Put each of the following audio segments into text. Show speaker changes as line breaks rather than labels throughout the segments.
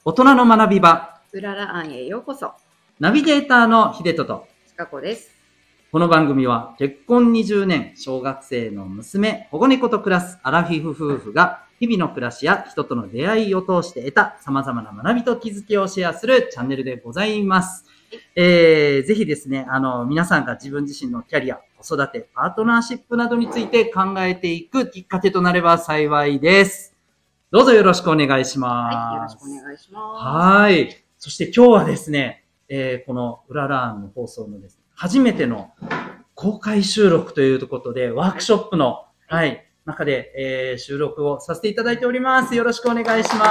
大人の学び場、
うらら庵へようこそ。
ナビゲーターの秀人と、
ちかこです。
この番組は結婚20年、小学生の娘、保護猫と暮らすアラフィフ夫婦が、日々の暮らしや人との出会いを通して得た様々な学びと気づきをシェアするチャンネルでございます。ぜひですね、皆さんが自分自身のキャリア、子育て、パートナーシップなどについて考えていくきっかけとなれば幸いです。どうぞよろしくお願いします。
はい、よろしくお願いします。
はい。そして今日はですね、このうらら庵の放送のですね、初めての公開収録ということで、ワークショップの、はい、中で、収録をさせていただいております。よろしくお願いします。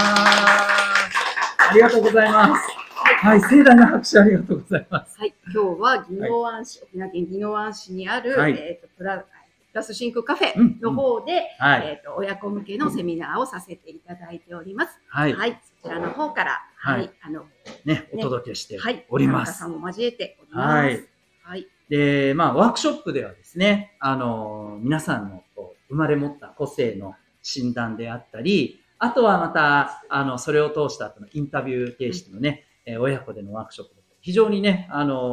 ありがとうございます。はい、盛大な拍手ありがとうございます。
はい、今日は宜野湾市、沖縄県宜野湾市にある、プラスシンクカフェの方で、親子向けのセミナーをさせていただいております。はい、そちらの方から、
お届けしております。
参加さんも交えております。
はい。で、ワークショップではですね、皆さんの生まれ持った個性の診断であったり、あとはまた、それを通した後のインタビュー形式のね、親子でのワークショップで非常にね、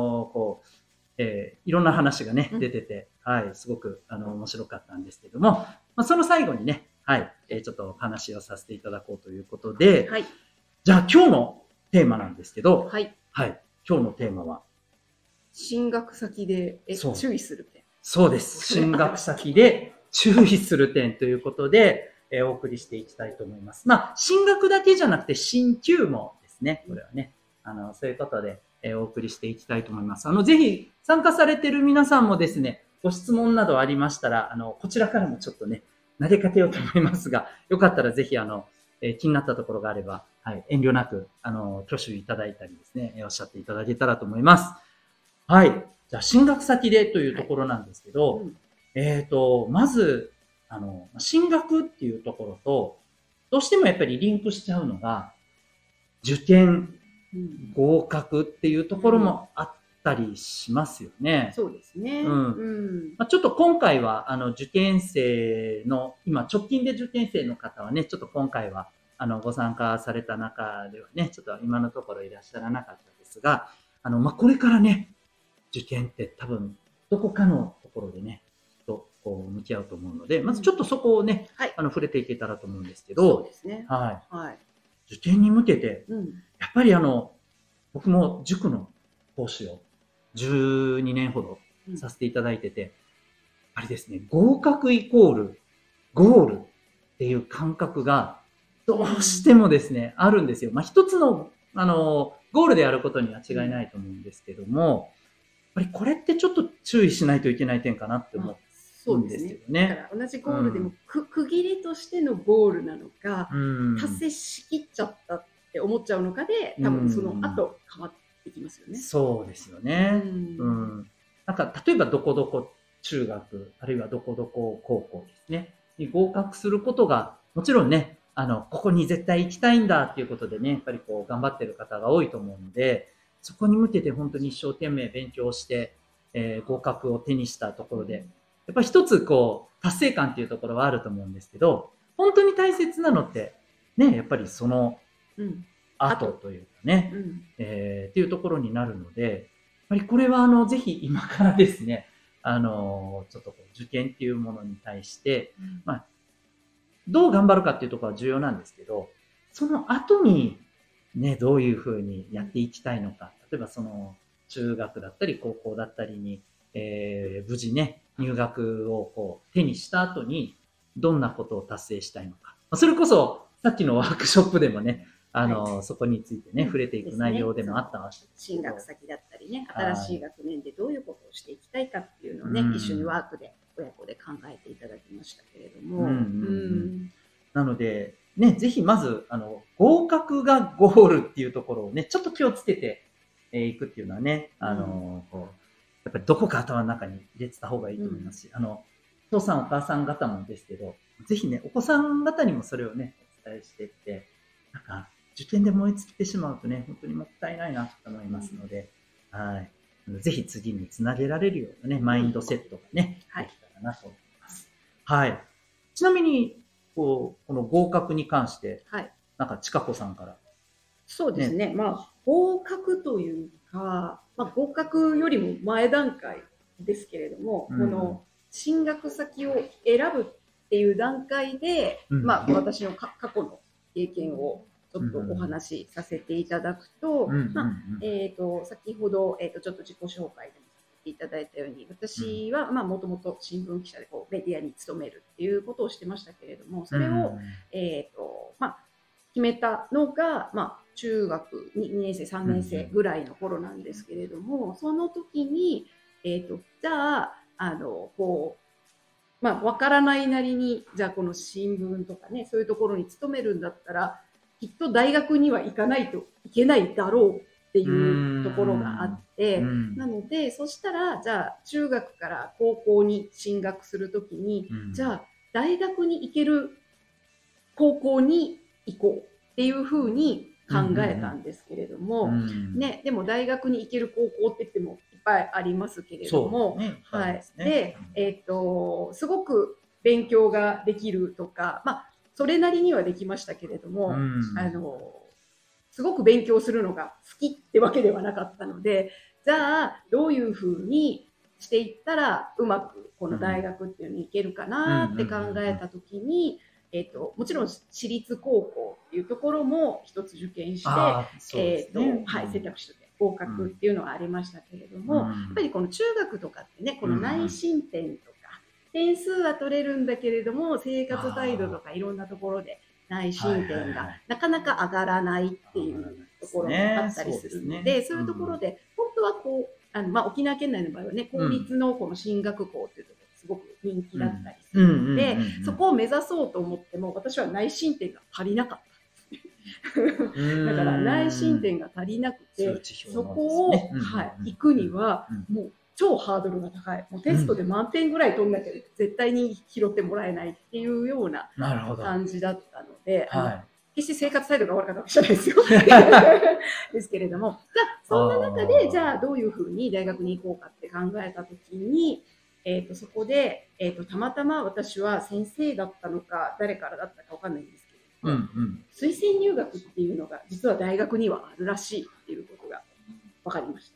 いろんな話がね、出てて、はい、すごく、面白かったんですけども、その最後にね、はい、ちょっとお話をさせていただこうということで、はい、じゃあ今日のテーマなんですけど、はい、今日のテーマは、
進学先で注意する点。
そうです。進学先で注意する点ということで、お送りしていきたいと思います。進学だけじゃなくて、進級もですね、これはね、そういうことで、お送りしていきたいと思います。ぜひ参加されている皆さんもですね、ご質問などありましたら、こちらからもちょっとね、投げかけようと思いますが、よかったらぜひ気になったところがあれば、はい、遠慮なく、挙手いただいたりですね、おっしゃっていただけたらと思います。はい。じゃあ、進学先でというところなんですけど、まず、進学っていうところと、どうしてもやっぱりリンクしちゃうのが、受験、合格っていうところもあったりしますよね。
そうですね。
ちょっと今回は、受験生の、今、直近で受験生の方はね、ちょっと今回は、ご参加された中ではね、ちょっと今のところいらっしゃらなかったですが、これからね、受験って多分、どこかのところでね、とこう向き合うと思うので、まずちょっとそこをね、触れていけたらと思うんですけど、
そうですね。
はい。受験に向けて、やっぱり僕も塾の講師を12年ほどさせていただいてて、やっぱりですね、合格イコールゴールっていう感覚がどうしてもですね、あるんですよ。一つの、ゴールであることには違いないと思うんですけども、やっぱりこれってちょっと注意しないといけない点かなって思うんですけどね。
だから同じゴールでも、区切りとしてのゴールなのか、達成しきっちゃったって思っちゃうのかで、多分その後変わってきますよね。
そうですよね。なんか、例えばどこどこ中学、あるいはどこどこ高校ですね、に合格することが、もちろんね、ここに絶対行きたいんだっていうことでね、やっぱりこう頑張ってる方が多いと思うので、そこに向けて本当に一生懸命勉強して、合格を手にしたところで、やっぱり一つこう、達成感っていうところはあると思うんですけど、本当に大切なのって、ね、やっぱりその、後というかね、っていうところになるので、やっぱりこれはぜひ今からですね、ちょっとこう受験っていうものに対して、どう頑張るかっていうところは重要なんですけど、その後に、ね、どういうふうにやっていきたいのか。例えばその、中学だったり高校だったりに、無事ね、入学をこう手にした後に、どんなことを達成したいのか。それこそ、さっきのワークショップでもね、そこについてね、触れていく内容でもあったわけです。
進学先だったりね、新しい学年でどういうことをしていきたいかっていうのをね、一緒にワークで、親子で考えていただきましたけれども。
なので、ね、ぜひまず、合格がゴールっていうところをね、ちょっと気をつけていくっていうのはね、こう、やっぱりどこか頭の中に入れてた方がいいと思いますし、お父さんお母さん方もですけど、ぜひね、お子さん方にもそれをね、お伝えしていって、なんか、受験で燃え尽きてしまうとね、本当にもったいないなと思いますので、はい。ぜひ次につなげられるようなね、マインドセットがね、できたらなと思います。はい。ちなみに、この合格に関して、なんか、ちかこさんから
そうですね。合格というか、合格よりも前段階ですけれども、この進学先を選ぶっていう段階で、私の過去の経験をちょっとお話しさせていただくと、先ほど、ちょっと自己紹介でもさせていただいたように、私はもともと新聞記者でメディアに勤めるっていうことをしてましたけれども、それを、決めたのが、中学2年生、3年生ぐらいの頃なんですけれども、その時に、じゃあ、わからないなりに、じゃあこの新聞とかね、そういうところに勤めるんだったら、きっと大学には行かないといけないだろうっていうところがあって、なので、そしたら、じゃあ中学から高校に進学するときに、じゃあ大学に行ける高校に行こうっていうふうに考えたんですけれども、でも大学に行ける高校って言ってもいっぱいありますけれども、すごく勉強ができるとか、それなりにはできましたけれども、すごく勉強するのが好きってわけではなかったので、じゃあどういうふうにしていったらうまくこの大学っていうのに行けるかなって考えたときに、もちろん私立高校っていうところも一つ受験して、選択肢で合格っていうのはありましたけれども、やっぱりこの中学とかってね、この内申点とか、点数は取れるんだけれども、生活態度とかいろんなところで内申点がなかなか上がらないっていうところもあったりするので、そういうところで、本当はこう、沖縄県内の場合はね、公立のこの進学校っていうところすごく人気だったりするので、そこを目指そうと思っても、私は内申点が足りなかったんですね。だから内申点が足りなくて、そこを、行くには、もう超ハードルが高い。もうテストで満点ぐらい取んなきゃ絶対に拾ってもらえないっていうような感じだったので、決して生活態度が悪かったわけじゃないですよ。ですけれども、じゃあそんな中で、じゃあどういうふうに大学に行こうかって考えたときに、そこで、たまたま私は先生だったのか誰からだったかわかんないんですけど、推薦入学っていうのが実は大学にはあるらしいっていうことが分かりました。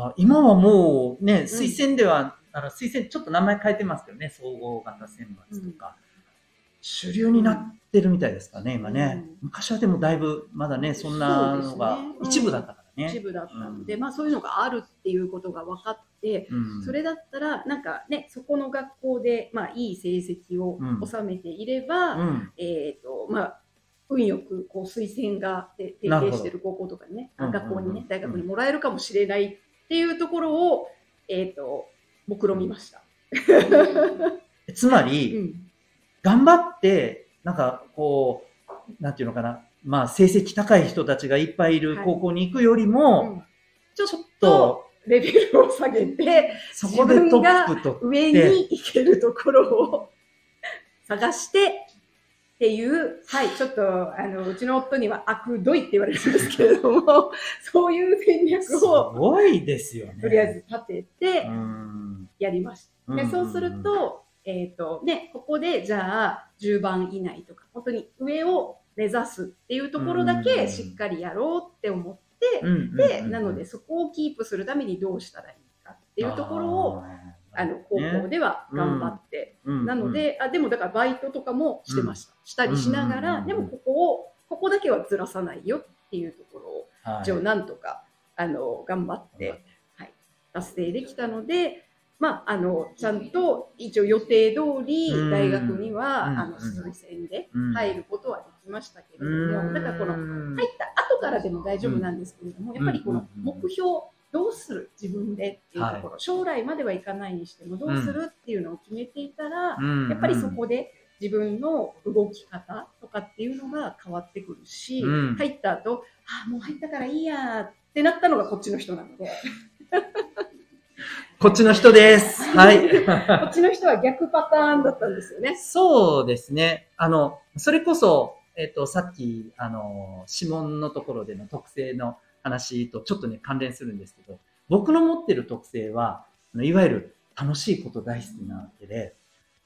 今はもうね、推薦では、推薦ちょっと名前変えてますけどね、総合型選抜とか、主流になってるみたいですかね、今ね。昔はでもだいぶまだね、そんなのが一部だったからね。
一部だったので、そういうのがあるっていうことが分かって、それだったらなんかね、そこの学校でいい成績を収めていれば、運よくこう推薦が提携している高校とかにね、学校にね、大学にもらえるかもしれないっていうところを目論みました。
つまり、頑張ってなんかこうなんていうのかな、成績高い人たちがいっぱいいる高校に行くよりも、ちょっと
レベルを下げて、そこでトップと上に行けるところを探してっていう、ちょっとうちの夫には悪どいって言われるんですけれども、そういう戦略を
すごいですよね。
とりあえず立ててやりました。でそうすると、ここでじゃあ10番以内とか、本当に上を目指すっていうところだけしっかりやろうって思って、で、なのでそこをキープするためにどうしたらいいかっていうところを、高校では頑張って、なので、でもだからバイトとかもしてました。したりしながら、でもここだけはずらさないよっていうところを、一応なんとか、頑張って、達成できたので、ちゃんと一応予定通り大学には推薦で入ることはできましたけれども、だからこの入った後からでも大丈夫なんですけれども、やっぱりこの目標どうする自分でっていうところ、将来まではいかないにしてもどうするっていうのを決めていたら、やっぱりそこで自分の動き方とかっていうのが変わってくるし、入った後、もう入ったからいいやってなったのがこっちの人なので。
こっちの人です。はい。
こっちの人は逆パターンだったんですよね。
そうですね。それこそ、さっき、指紋のところでの特性の話とちょっとね、関連するんですけど、僕の持ってる特性は、いわゆる楽しいこと大好きなわけで、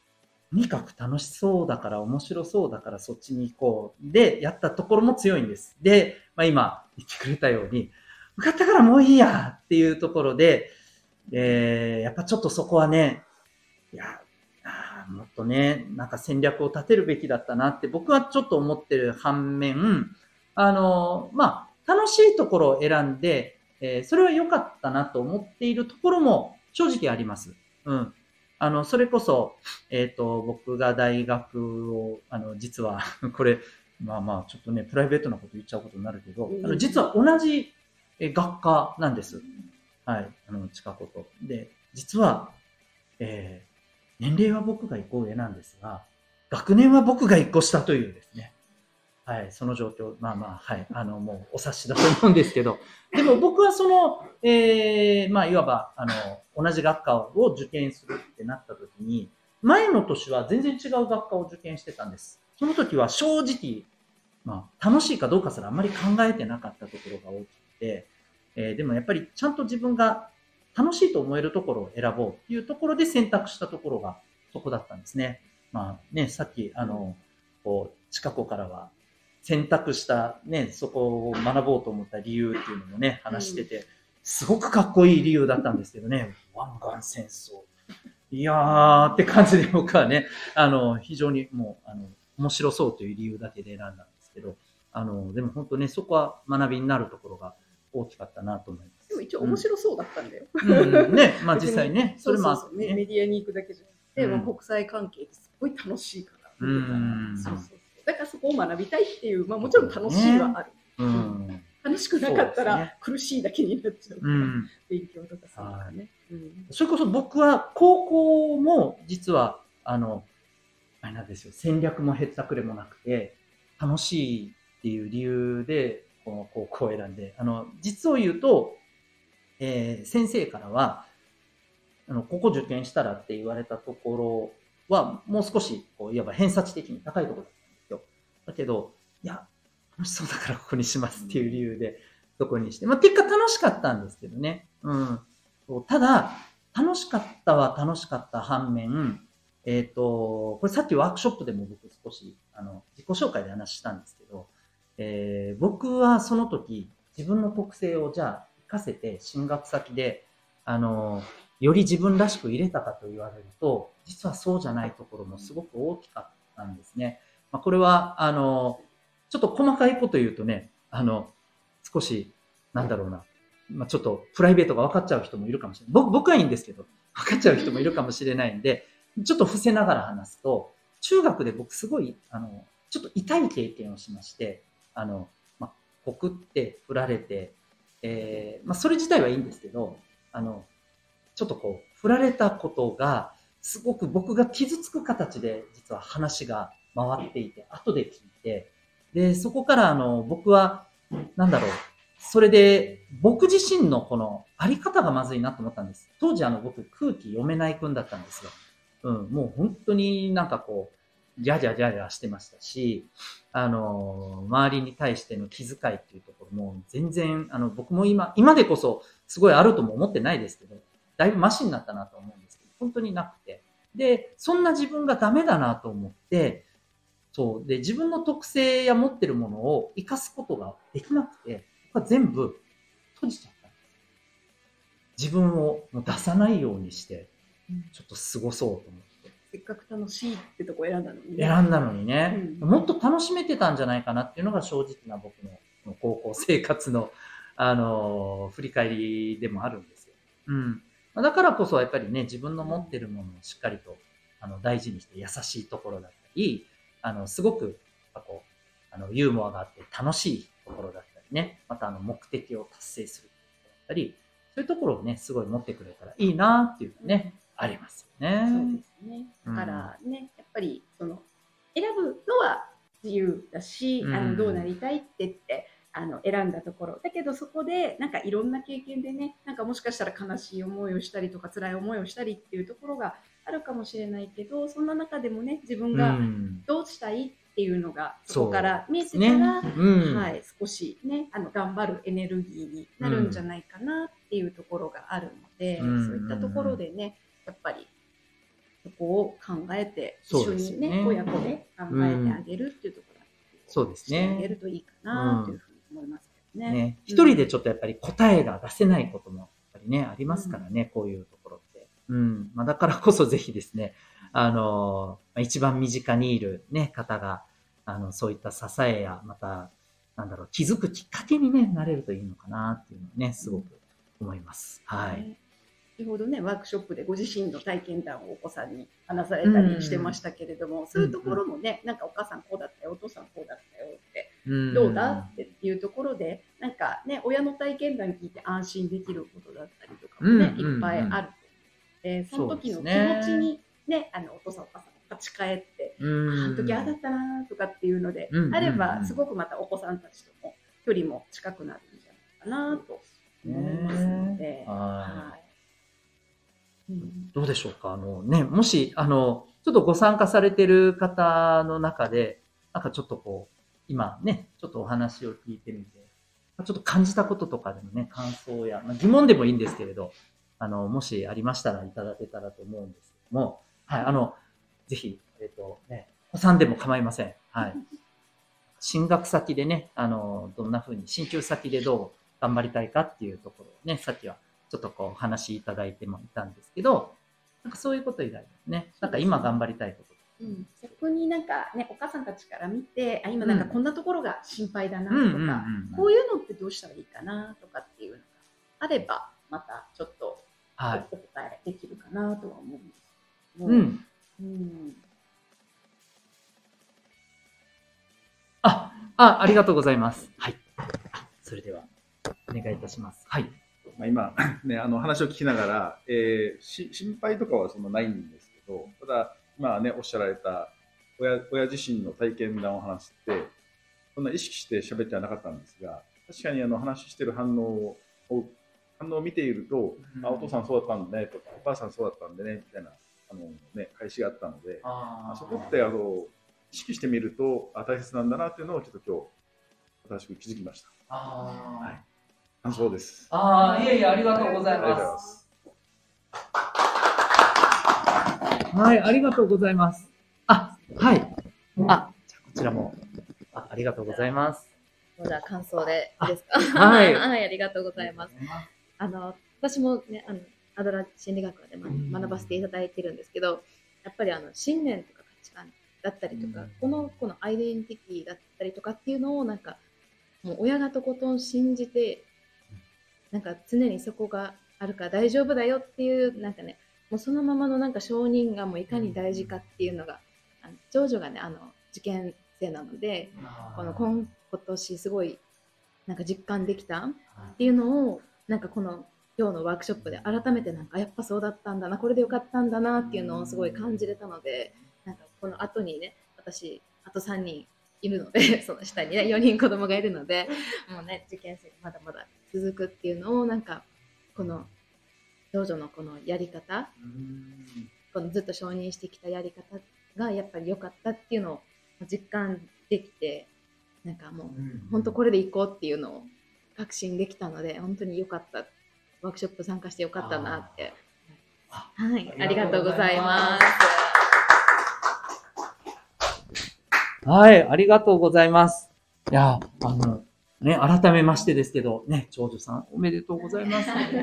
とにかく楽しそうだから面白そうだからそっちに行こう。で、やったところも強いんです。で、今言ってくれたように、受かったからもういいやっていうところで、やっぱちょっとそこはね、いや、もっとね、なんか戦略を立てるべきだったなって僕はちょっと思ってる反面、楽しいところを選んで、それは良かったなと思っているところも正直あります。うん。それこそ、僕が大学を、実はこれ、ちょっとね、プライベートなこと言っちゃうことになるけど、実は同じ学科なんです。はい。近子と。で、実は、年齢は僕が1個上なんですが、学年は僕が1個下というですね。はい、その状況、はい、もうお察しだと思うんですけど、でも僕はその、いわば、同じ学科を受験するってなった時に、前の年は全然違う学科を受験してたんです。その時は正直、楽しいかどうかすらあんまり考えてなかったところが大きくて、でもやっぱりちゃんと自分が楽しいと思えるところを選ぼうっていうところで選択したところがそこだったんですね。さっき、近子からは、選択したね、そこを学ぼうと思った理由っていうのもね、話してて、すごくかっこいい理由だったんですけどね、湾岸戦争。いやーって感じで僕はね、非常にもう、面白そうという理由だけで選んだんですけど、でも本当ね、そこは学びになるところが大きかったなと思います。
でも一応面白そうだったんだよ。
ね、実際ね、それもあって、
ね、メディアに行くだけじゃなくて、国際関係ってすごい楽しいから、だからそこを学びたいっていう、もちろん楽しいはある。楽しくなかったら苦しいだけになっちゃうから、勉強とかそうとかね。
それこそ僕は高校も実は、あれなんですよ、戦略もへったくれもなくて、楽しいっていう理由で、この高校を選んで、実を言うと、先生からは、ここ受験したらって言われたところは、もう少し、いわば偏差値的に高いところだったんですよ。だけど、いや、楽しそうだからここにしますっていう理由で、そこにして。結果楽しかったんですけどね。ただ、楽しかったは楽しかった反面、これさっきワークショップでも僕少し、自己紹介で話したんですけど、僕はその時、自分の特性をじゃあ活かせて進学先で、より自分らしく入れたかと言われると、実はそうじゃないところもすごく大きかったんですね。これは、ちょっと細かいこと言うとね、少し、なんだろうな、ちょっとプライベートが分かっちゃう人もいるかもしれない。僕はいいんですけど、分かっちゃう人もいるかもしれないんで、ちょっと伏せながら話すと、中学で僕すごい、ちょっと痛い経験をしまして、告って振られて、それ自体はいいんですけど、ちょっと振られたことが、すごく僕が傷つく形で、実は話が回っていて、後で聞いて、で、そこから僕は、それで、僕自身のこの、あり方がまずいなと思ったんです。当時僕、空気読めない君だったんですよ。もう本当にジャジャジャジャしてましたし、周りに対しての気遣いっていうところも全然、僕も今でこそすごいあるとも思ってないですけど、だいぶマシになったなと思うんですけど、本当になくて。で、そんな自分がダメだなと思って、そう。で、自分の特性や持ってるものを活かすことができなくて、僕は全部閉じちゃったんです。自分をもう出さないようにして、ちょっと過ごそうと思って。
せっかく楽しいってとこ選んだのに
ね。選んだのにね、もっと楽しめてたんじゃないかなっていうのが正直な僕の高校生活の、振り返りでもあるんですよ。だからこそやっぱりね、自分の持ってるものをしっかりと大事にして優しいところだったり、すごくユーモアがあって楽しいところだったりね、また目的を達成するところだったり、そういうところをね、すごい持ってくれたらいいなっていうのね、ありますよね。
そうですね。だからね、やっぱり選ぶのは自由だし、どうなりたいって言って選んだところだけど、そこでいろんな経験でね、もしかしたら悲しい思いをしたりとか辛い思いをしたりっていうところがあるかもしれないけど、そんな中でもね、自分がどうしたいっていうのがそこから見えてたら、はい、少しね頑張るエネルギーになるんじゃないかなっていうところがあるので、そういったところでね、やっぱりそこを考えて、一緒にね、親子で考えてあげるっていうところ
そうですね。
してあげるといいかなというふうに思いますけどね。
一人でちょっとやっぱり答えが出せないこともやっぱりね、ありますからね、こういうところって。だからこそぜひですね、一番身近にいるね、方が、そういった支えや、また、気づくきっかけにね、なれるといいのかなっていうのをね、すごく思います。はい。
先ほどね、ワークショップでご自身の体験談をお子さんに話されたりしてましたけれども、そういうところもね、なんかお母さんこうだったよ、お父さんこうだったよって、どうだっていうところで、なんかね、親の体験談聞いて安心できることだったりとかもね、いっぱいあると思う。その時の気持ちにね、お父さんお母さんが立ち返って、あの時ああだったなとかっていうので、あれば、すごくまたお子さんたちとも距離も近くなるんじゃないかなと思いますので、はい。
どうでしょうかもし、ちょっとご参加されてる方の中で、なんかちょっとこう、今ね、ちょっとお話を聞いてみて、ちょっと感じたこととかでもね、感想や、疑問でもいいんですけれど、もしありましたらいただけたらと思うんですけども、はい、ぜひ、お子さんでも構いません。はい。進学先でね、どんな風に、進級先でどう頑張りたいかっていうところをね、さっきはちょっとこうお話しいただいてもいたんですけど、なんかそういうこと以外にね、なんか今頑張りたいこと。
逆になんかね、お母さんたちから見て、今なんかこんなところが心配だなとか、こういうのってどうしたらいいかなとかっていうのがあれば、またちょっとお答えできるかなとは思うんですけど。
ありがとうございます。はい。それでは、お願いいたします。はい。
今、ね、話を聞きながら、心配とかはそんなないんですけど、ただ、今ね、おっしゃられた親自身の体験談を話して、そんな意識して喋ってはなかったんですが、確かに話してる反応を見ていると、お父さんそうだったんだねとか、お母さんそうだったんでね、みたいな、返しがあったので、そこって意識してみると大切なんだなっていうのをちょっと今日、新しく気づきました。はい。そうです。
いえいえ、ありがとうございます。はい、ありがとうございます。はい。じゃあこちらも、ありがとうございます。
じゃあ感想でいいですか？
はい。
はい、ありがとうございます。私もね、アドラー心理学で学ばせていただいてるんですけど、やっぱり信念とか価値観だったりとか、この子のアイデンティティだったりとかっていうのをなんか、もう親がとことん信じて、なんか常にそこがあるから大丈夫だよっていうなんかね、もうそのままのなんか承認がもういかに大事かっていうのが、長女がね受験生なので、今年すごいなんか実感できたっていうのをなんかこの今日のワークショップで改めてなんかやっぱそうだったんだな、これでよかったんだなっていうのをすごい感じれたので、なんかこの後にね、私あと3人いるので、その下にね4人子供がいるので、もうね受験生がまだまだ続くっていうのをなんかこの長女のこのやり方、このずっと承認してきたやり方がやっぱり良かったっていうのを実感できて、なんかもう本当これでいこうっていうのを確信できたので、本当に良かった、ワークショップ参加して良かったなって。はい、ありがとうございます。
はい、ありがとうございます。いや、ね、改めましてですけど、ね、長女さん、おめでとうございます。はい、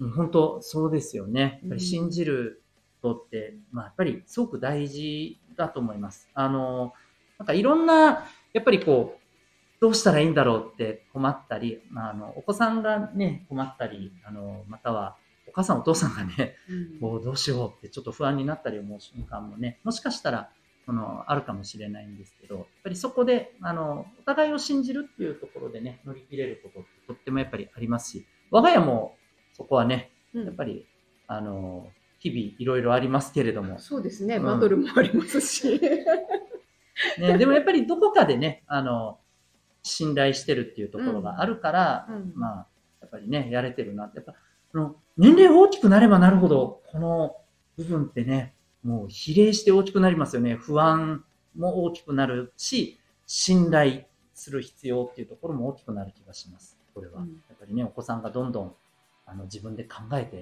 本当、そうですよね。やっぱり信じることって、やっぱりすごく大事だと思います。なんかいろんな、やっぱりこう、どうしたらいいんだろうって困ったり、お子さんがね、困ったり、または、お母さんお父さんがね、もうどうしようってちょっと不安になったり思う瞬間もね、もしかしたら、あるかもしれないんですけど、やっぱりそこで、お互いを信じるっていうところでね、乗り切れることってとってもやっぱりありますし、我が家もそこはね、やっぱり、日々いろいろありますけれども。
そうですね、バトルもありますし。
ね、でもやっぱりどこかでね、信頼してるっていうところがあるから、やっぱりね、やれてるなって。やっぱ、年齢大きくなればなるほど、この部分ってね、もう比例して大きくなりますよね。不安も大きくなるし、信頼する必要っていうところも大きくなる気がします。これは。やっぱりね、お子さんがどんどん自分で考えて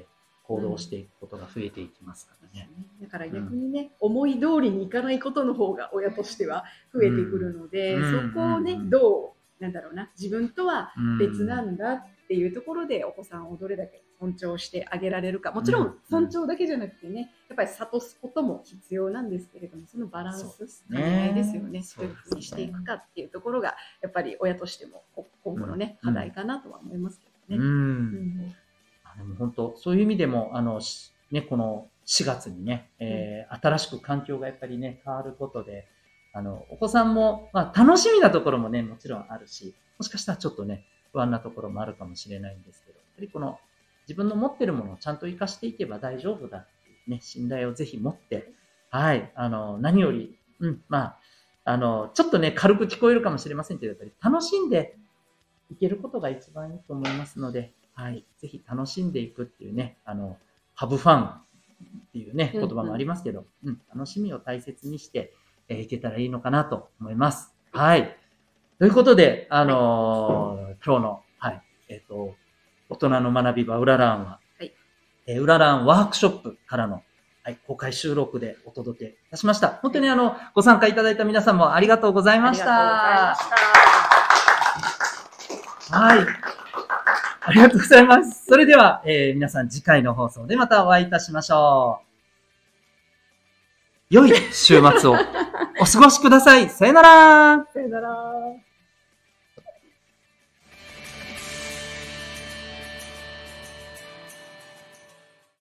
行動していくことが増えていきますからね。
だから逆にね、思い通りにいかないことの方が親としては増えてくるので、そこをね、どう、なんだろうな、自分とは別なんだっていうところでお子さんをどれだけ尊重してあげられるか。もちろん尊重だけじゃなくてね、やっぱり諭すことも必要なんですけれども、そのバランス、考えですよね。どういうふうにしていくかっていうところが、やっぱり親としても今後のね、課題かなとは思いますけどね。
でも本当、そういう意味でも、ね、この4月にね、新しく環境がやっぱりね、変わることで、お子さんも、まあ、楽しみなところもね、もちろんあるし、もしかしたらちょっとね、不安なところもあるかもしれないんですけど、やっぱりこの自分の持ってるものをちゃんと活かしていけば大丈夫だっていうね、信頼をぜひ持って、はい、何より、まあ、ちょっとね、軽く聞こえるかもしれませんけど、やっぱり楽しんでいけることが一番いいと思いますので、はい、ぜひ楽しんでいくっていうね、ハブファンっていうね、言葉もありますけど、楽しみを大切にしていけたらいいのかなと思います。はい。ということで、今日の、はい、大人の学び場うららんは、うららんワークショップからの、はい、公開収録でお届けいたしました。本当にご参加いただいた皆さんもありがとうございました。はい。ありがとうございます。それでは、皆さん次回の放送でまたお会いいたしましょう。良い週末をお過ごしください。さよなら。
さよなら。